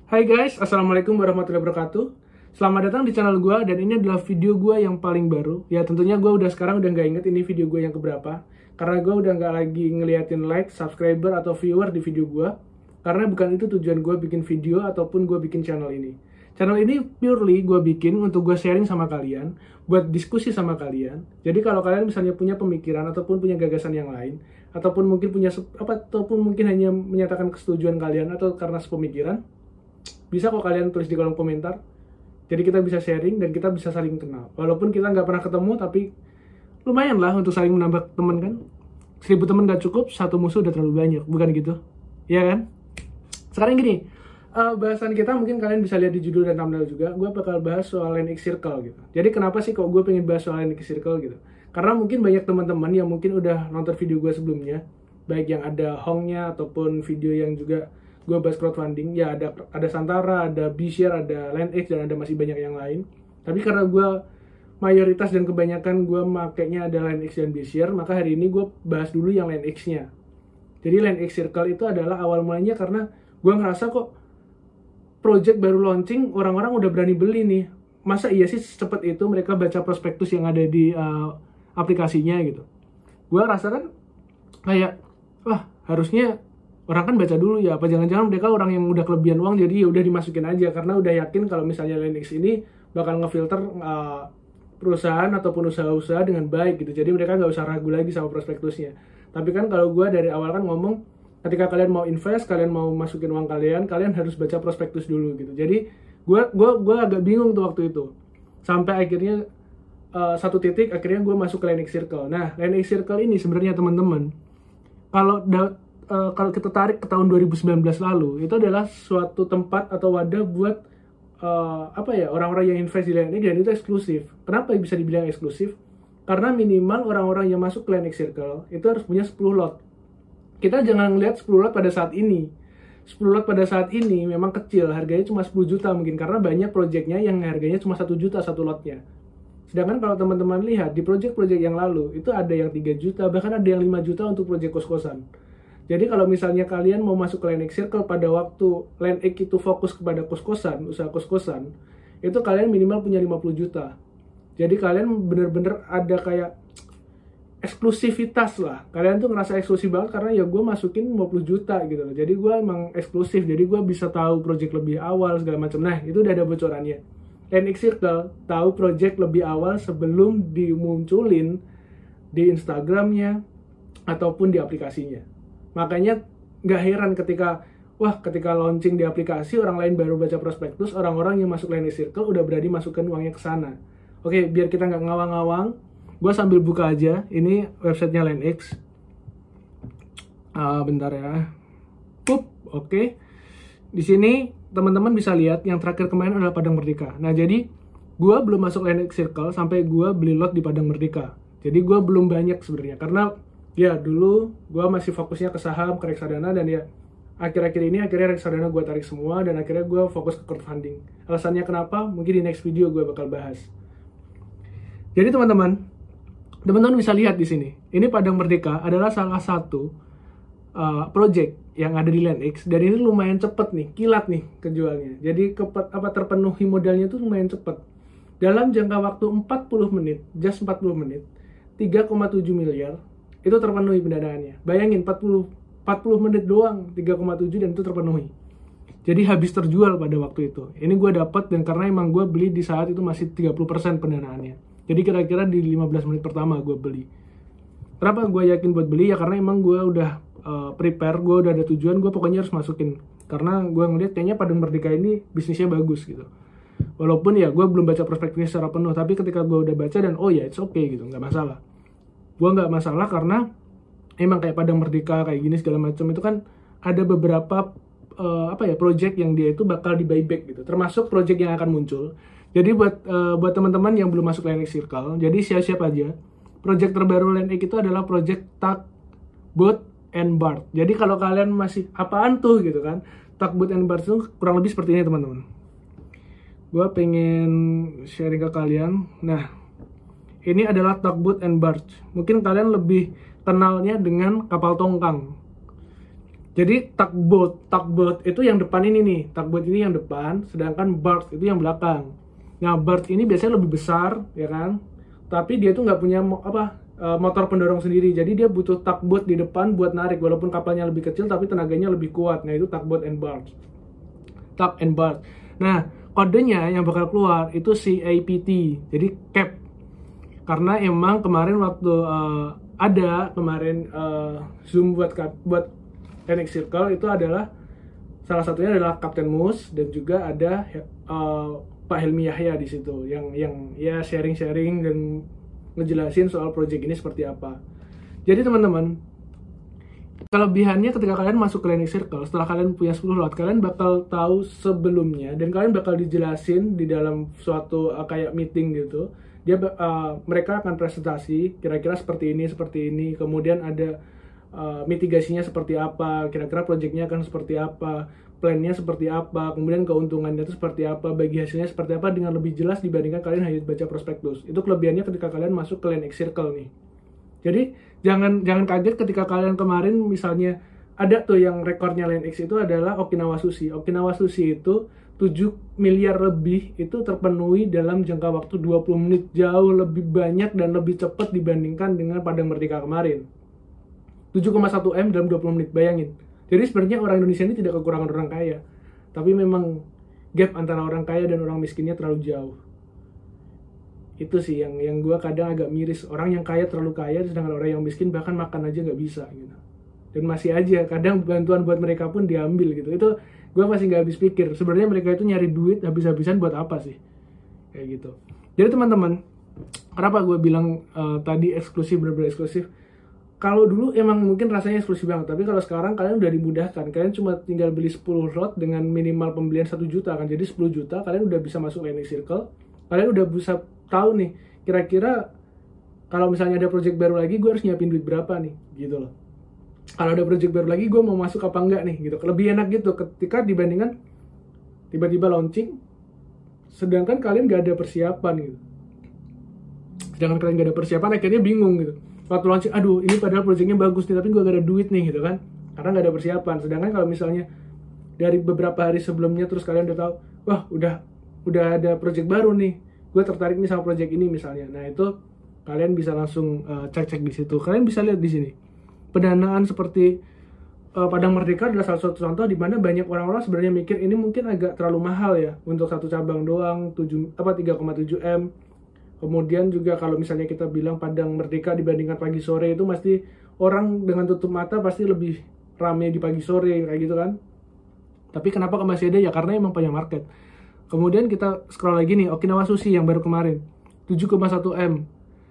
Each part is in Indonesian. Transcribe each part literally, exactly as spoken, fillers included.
Hai guys, Assalamualaikum warahmatullahi wabarakatuh. Selamat datang di channel gue, dan ini adalah video gue yang paling baru. Ya tentunya gue udah sekarang udah nggak inget ini video gue yang keberapa, karena gue udah nggak lagi ngeliatin like, subscriber, atau viewer di video gue. Karena bukan itu tujuan gue bikin video ataupun gue bikin channel ini. Channel ini purely gue bikin untuk gue sharing sama kalian, buat diskusi sama kalian. Jadi kalau kalian misalnya punya pemikiran ataupun punya gagasan yang lain, ataupun mungkin punya apa ataupun mungkin hanya menyatakan kesetujuan kalian atau karena sepemikiran, bisa kok kalian tulis di kolom komentar. Jadi kita bisa sharing dan kita bisa saling kenal. Walaupun kita nggak pernah ketemu, tapi lumayan lah untuk saling menambah teman kan. Seribu teman nggak cukup, satu musuh udah terlalu banyak, bukan gitu? Iya kan? Sekarang gini, uh, bahasan kita mungkin kalian bisa lihat di judul dan thumbnail juga. Gue bakal bahas soal Line X Circle gitu. Jadi kenapa sih kok gue pengen bahas soal Line X Circle gitu? Karena mungkin banyak teman-teman yang mungkin udah nonton video gue sebelumnya, baik yang ada hongnya ataupun video yang juga gue bahas crowdfunding, ya ada ada Santara, ada B-Share, ada Line X, dan ada masih banyak yang lain. Tapi karena gue mayoritas dan kebanyakan gue makainya ada Line X dan B-Share, maka hari ini gue bahas dulu yang Line X-nya. Jadi Line X Circle itu adalah awal mulanya karena gue ngerasa kok project baru launching, orang-orang udah berani beli nih. Masa iya sih secepat itu mereka baca prospektus yang ada di uh, aplikasinya gitu. Gue rasa kan kayak, wah harusnya orang kan baca dulu ya, apa jangan-jangan mereka orang yang udah kelebihan uang jadi ya udah dimasukin aja karena udah yakin kalau misalnya Line X ini bakal ngefilter uh, perusahaan ataupun usaha-usaha dengan baik gitu. Jadi mereka nggak usah ragu lagi sama prospektusnya. Tapi kan kalau gue dari awal kan ngomong, ketika kalian mau invest, kalian mau masukin uang kalian, kalian harus baca prospektus dulu gitu. Jadi gue gue gue agak bingung tuh waktu itu. Sampai akhirnya uh, satu titik akhirnya gue masuk ke Line X Circle. Nah, Line X Circle ini sebenarnya teman-teman, kalau Uh, kalau kita tarik ke tahun dua ribu sembilan belas lalu, itu adalah suatu tempat atau wadah buat uh, apa ya, orang-orang yang invest di Line X, dan itu eksklusif. Kenapa bisa dibilang eksklusif? Karena minimal orang-orang yang masuk ke Line X Circle itu harus punya sepuluh lot. Kita jangan lihat sepuluh lot pada saat ini. sepuluh lot pada saat ini memang kecil, harganya cuma sepuluh juta mungkin, karena banyak projectnya yang harganya cuma satu juta satu lotnya. Sedangkan kalau teman-teman lihat di project-project yang lalu, itu ada yang tiga juta, bahkan ada yang lima juta untuk project kos-kosan. Jadi kalau misalnya kalian mau masuk ke Line X Circle pada waktu Line X itu fokus kepada kos-kosan, usaha kos-kosan, itu kalian minimal punya lima puluh juta. Jadi kalian bener-bener ada kayak eksklusivitas lah. Kalian tuh ngerasa eksklusif banget karena ya gue masukin lima puluh juta gitu loh. Jadi gue emang eksklusif, jadi gue bisa tahu project lebih awal segala macam. Nah, itu udah ada bocorannya. Line X Circle tahu project lebih awal sebelum dimunculin di Instagramnya ataupun di aplikasinya. Makanya nggak heran ketika, wah ketika launching di aplikasi, orang lain baru baca prospektus, orang-orang yang masuk Line X Circle udah berani masukkan uangnya ke sana. Oke, biar kita nggak ngawang-ngawang, gue sambil buka aja, ini websitenya Line X. Uh, bentar ya. Pup, oke. Di sini teman-teman bisa lihat yang terakhir kemarin adalah Padang Merdeka. Nah jadi, gue belum masuk Line X Circle sampai gue beli lot di Padang Merdeka. Jadi gue belum banyak sebenarnya, karena ya dulu gue masih fokusnya ke saham, ke reksadana, dan ya akhir-akhir ini akhirnya reksadana gue tarik semua, dan akhirnya gue fokus ke crowdfunding. Alasannya kenapa? Mungkin di next video gue bakal bahas. Jadi teman-teman, teman-teman bisa lihat di sini. Ini Padang Merdeka adalah salah satu uh, project yang ada di Line X, dan ini lumayan cepet nih, kilat nih kejualnya. Jadi kepet, apa terpenuhi modalnya tuh lumayan cepet. Dalam jangka waktu empat puluh menit, just empat puluh menit, tiga koma tujuh miliar itu terpenuhi pendanaannya. Bayangin empat puluh menit doang tiga koma tujuh dan itu terpenuhi. Jadi habis terjual pada waktu itu. Ini gue dapat, dan karena emang gue beli di saat itu masih tiga puluh persen pendanaannya. Jadi kira-kira di lima belas menit pertama gue beli. Kenapa gue yakin buat beli? Ya karena emang gue udah uh, prepare, gue udah ada tujuan, gue pokoknya harus masukin. Karena gue ngeliat kayaknya Padang Merdeka ini bisnisnya bagus gitu. Walaupun ya gue belum baca prospeknya secara penuh, tapi ketika gue udah baca dan oh ya it's okay gitu, nggak masalah. Gue nggak masalah karena emang kayak Padang Merdeka kayak gini segala macam itu kan ada beberapa uh, apa ya project yang dia itu bakal di buyback gitu, termasuk project yang akan muncul. Jadi buat uh, buat teman-teman yang belum masuk Line X Circle, jadi siap-siap aja. Project terbaru Line X itu adalah project Tugboat and Barge. Jadi kalau kalian masih apaan tuh gitu kan, Tugboat and Barge itu kurang lebih seperti ini teman-teman. Gue pengen sharing ke kalian. Nah, ini adalah Tugboat and Barge. Mungkin kalian lebih kenalnya dengan kapal tongkang. Jadi tugboat, tugboat itu yang depan ini nih, tugboat ini yang depan, sedangkan barge itu yang belakang. Nah, barge ini biasanya lebih besar, ya kan? Tapi dia tuh nggak punya mo- apa eh, motor pendorong sendiri, jadi dia butuh tugboat di depan buat narik, walaupun kapalnya lebih kecil tapi tenaganya lebih kuat. Nah, itu tugboat and barge, tug and barge. Nah, kodenya yang bakal keluar itu C A P T, jadi cap. Karena emang kemarin waktu eh, ada kemarin eh, Zoom buat buat Lennox Circle itu adalah salah satunya adalah Kapten Mus dan juga ada uh, Pak Helmi Yahya di situ yang yang ya sharing-sharing dan ngejelasin soal project ini seperti apa. Jadi teman-teman, kelebihannya ketika kalian masuk ke Lennox Circle, setelah kalian punya sepuluh lot, kalian bakal tahu sebelumnya dan kalian bakal dijelasin di dalam suatu uh, kayak meeting gitu. Dia uh, mereka akan presentasi kira-kira seperti ini, seperti ini, kemudian ada Uh, mitigasinya seperti apa, kira-kira proyeknya akan seperti apa, plannya seperti apa, kemudian keuntungannya itu seperti apa, bagi hasilnya seperti apa dengan lebih jelas dibandingkan kalian hanya baca prospektus. Itu kelebihannya ketika kalian masuk ke Lennox Circle nih. Jadi jangan jangan kaget ketika kalian kemarin misalnya ada tuh yang rekornya Lennox itu adalah Okinawa Sushi. Okinawa Sushi itu tujuh miliar lebih itu terpenuhi dalam jangka waktu dua puluh menit, jauh lebih banyak dan lebih cepat dibandingkan dengan Padang Merdeka kemarin. tujuh koma satu M dalam dua puluh menit, bayangin. Jadi sebenarnya orang Indonesia ini tidak kekurangan orang kaya, tapi memang gap antara orang kaya dan orang miskinnya terlalu jauh. Itu sih yang yang gue kadang agak miris, orang yang kaya terlalu kaya sedangkan orang yang miskin bahkan makan aja nggak bisa gitu. Dan masih aja kadang bantuan buat mereka pun diambil gitu. Itu gue masih nggak habis pikir, sebenarnya mereka itu nyari duit habis-habisan buat apa sih, kayak gitu. Jadi teman-teman, kenapa gue bilang uh, tadi eksklusif, bener-bener eksklusif? Kalau dulu emang mungkin rasanya eksklusif banget, tapi kalau sekarang kalian udah dimudahkan. Kalian cuma tinggal beli sepuluh lot dengan minimal pembelian satu juta kan. Jadi sepuluh juta kalian udah bisa masuk Lennox Circle. Kalian udah bisa tahu nih, kira-kira kalau misalnya ada project baru lagi, gue harus nyiapin duit berapa nih, gitu loh. Kalau ada project baru lagi, gue mau masuk apa enggak nih, gitu. Lebih enak gitu ketika dibandingkan tiba-tiba launching, sedangkan kalian gak ada persiapan gitu. Sedangkan kalian gak ada persiapan, akhirnya bingung gitu. Waktu launching, aduh ini padahal proyeknya bagus nih, tapi gue gak ada duit nih gitu kan, karena gak ada persiapan. Sedangkan kalau misalnya dari beberapa hari sebelumnya terus kalian udah tahu, wah udah udah ada proyek baru nih, gue tertarik nih sama proyek ini misalnya. Nah itu kalian bisa langsung uh, cek-cek di situ. Kalian bisa lihat di sini pendanaan seperti uh, Padang Merdeka adalah salah satu contoh di mana banyak orang-orang sebenarnya mikir ini mungkin agak terlalu mahal ya untuk satu cabang doang, tujuh apa tiga koma tujuh M. Kemudian juga kalau misalnya kita bilang Padang Merdeka dibandingkan pagi sore, itu pasti orang dengan tutup mata pasti lebih rame di pagi sore kayak gitu kan. Tapi kenapa masih ada ya? Karena emang punya market. Kemudian kita scroll lagi nih, Okinawa Sushi yang baru kemarin tujuh koma satu M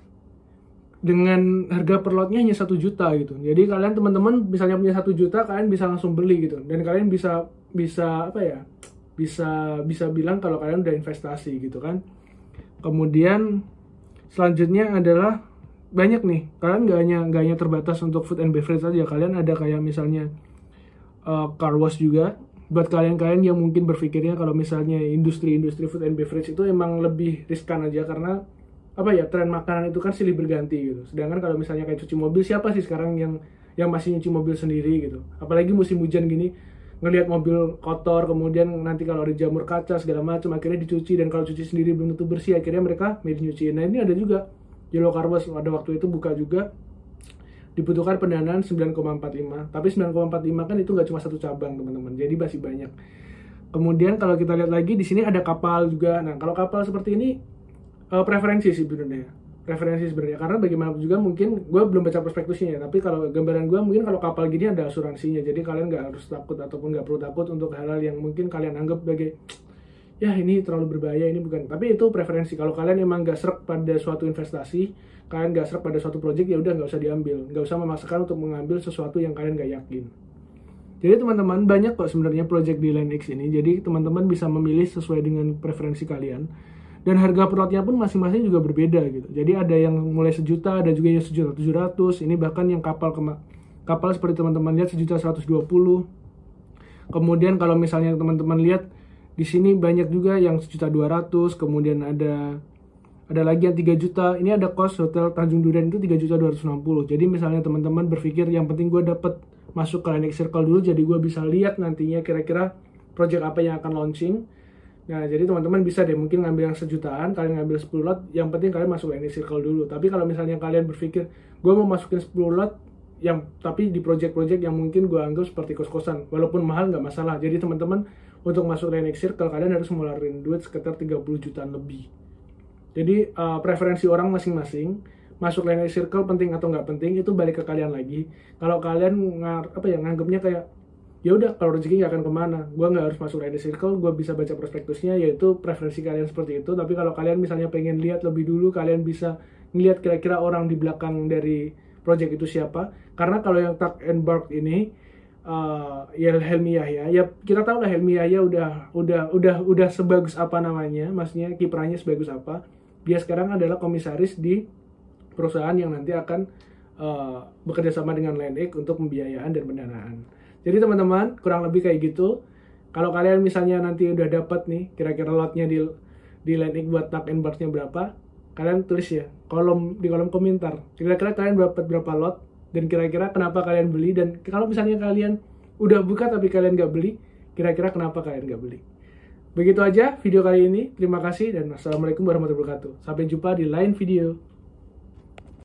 dengan harga per lotnya hanya satu juta gitu. Jadi kalian teman-teman misalnya punya satu juta, kalian bisa langsung beli gitu. Dan kalian bisa bisa apa ya? Bisa bisa bilang kalau kalian udah investasi gitu kan. Kemudian selanjutnya adalah banyak nih, kalian gak hanya, gak hanya terbatas untuk food and beverage aja, kalian ada kayak misalnya uh, car wash juga. Buat kalian-kalian yang mungkin berpikirnya kalau misalnya industri-industri food and beverage itu emang lebih riskan aja, karena apa ya, tren makanan itu kan silih berganti gitu. Sedangkan kalau misalnya kayak cuci mobil, siapa sih sekarang yang yang masih nyuci mobil sendiri gitu, apalagi musim hujan gini, ngelihat mobil kotor, kemudian nanti kalau ada jamur kaca segala macam akhirnya dicuci, dan kalau cuci sendiri belum tentu bersih, akhirnya mereka milih nyuciin. Nah ini ada juga Yellow Car Wash, pada waktu itu buka juga, dibutuhkan pendanaan sembilan koma empat lima, tapi sembilan koma empat lima kan itu nggak cuma satu cabang teman-teman, jadi masih banyak. Kemudian kalau kita lihat lagi di sini ada kapal juga. Nah kalau kapal seperti ini uh, preferensi sih sebenarnya, preferensi sebenarnya, karena bagaimanapun juga mungkin gue belum baca prospektusnya ya, tapi kalau gambaran gue mungkin kalau kapal gini ada asuransinya, jadi kalian nggak harus takut ataupun nggak perlu takut untuk hal-hal yang mungkin kalian anggap sebagai ya ini terlalu berbahaya, ini bukan. Tapi itu preferensi. Kalau kalian emang nggak serak pada suatu investasi, kalian nggak serak pada suatu project, ya udah nggak usah diambil, nggak usah memaksakan untuk mengambil sesuatu yang kalian nggak yakin. Jadi teman-teman, banyak kok sebenarnya project di Lennox ini, jadi teman-teman bisa memilih sesuai dengan preferensi kalian. Dan harga per lotnya pun masing-masing juga berbeda gitu. Jadi ada yang mulai sejuta, ada juga yang sejuta tujuh ratus. Ini bahkan yang kapal kema- kapal seperti teman-teman lihat sejuta seratus dua puluh. Kemudian kalau misalnya teman-teman lihat di sini banyak juga yang sejuta dua ratus. Kemudian ada ada lagi yang tiga juta. Ini ada kos hotel Tanjung Duren itu tiga juta dua ratus enam puluh. Jadi misalnya teman-teman berpikir yang penting gue dapet masuk ke Landing Circle dulu, jadi gue bisa lihat nantinya kira-kira project apa yang akan launching. Nah, jadi teman-teman bisa deh mungkin ngambil yang sejutaan, kalian ngambil sepuluh lot, yang penting kalian masuk Landing Circle dulu. Tapi kalau misalnya kalian berpikir, gue mau masukin sepuluh lot, yang tapi di project-project yang mungkin gue anggap seperti kos-kosan, walaupun mahal nggak masalah. Jadi teman-teman untuk masuk Landing Circle, kalian harus ngeluarin duit sekitar tiga puluh jutaan lebih. Jadi uh, preferensi orang masing-masing, masuk Landing Circle penting atau nggak penting, itu balik ke kalian lagi. Kalau kalian ngar, apa ya, nganggapnya kayak, ya udah kalau rezeki nggak akan kemana, gue nggak harus masuk Landing Circle, gue bisa baca prospektusnya, yaitu preferensi kalian seperti itu. Tapi kalau kalian misalnya pengen lihat lebih dulu, kalian bisa ngeliat kira-kira orang di belakang dari project itu siapa. Karena kalau yang Tuck and Bark ini uh, ya Helmi Yahya, ya kita tahu lah Helmi Yahya udah udah udah udah sebagus apa namanya, maksudnya kiprahnya sebagus apa. Dia sekarang adalah komisaris di perusahaan yang nanti akan uh, bekerja sama dengan Landing untuk pembiayaan dan pendanaan. Jadi teman-teman, kurang lebih kayak gitu. Kalau kalian misalnya nanti udah dapat nih, kira-kira lotnya di di Landing buat Tuck and Bark-nya berapa, kalian tulis ya kolom di kolom komentar. Kira-kira kalian dapat berapa lot dan kira-kira kenapa kalian beli, dan kalau misalnya kalian udah buka tapi kalian nggak beli, kira-kira kenapa kalian nggak beli. Begitu aja video kali ini. Terima kasih dan wassalamualaikum warahmatullahi wabarakatuh. Sampai jumpa di lain video.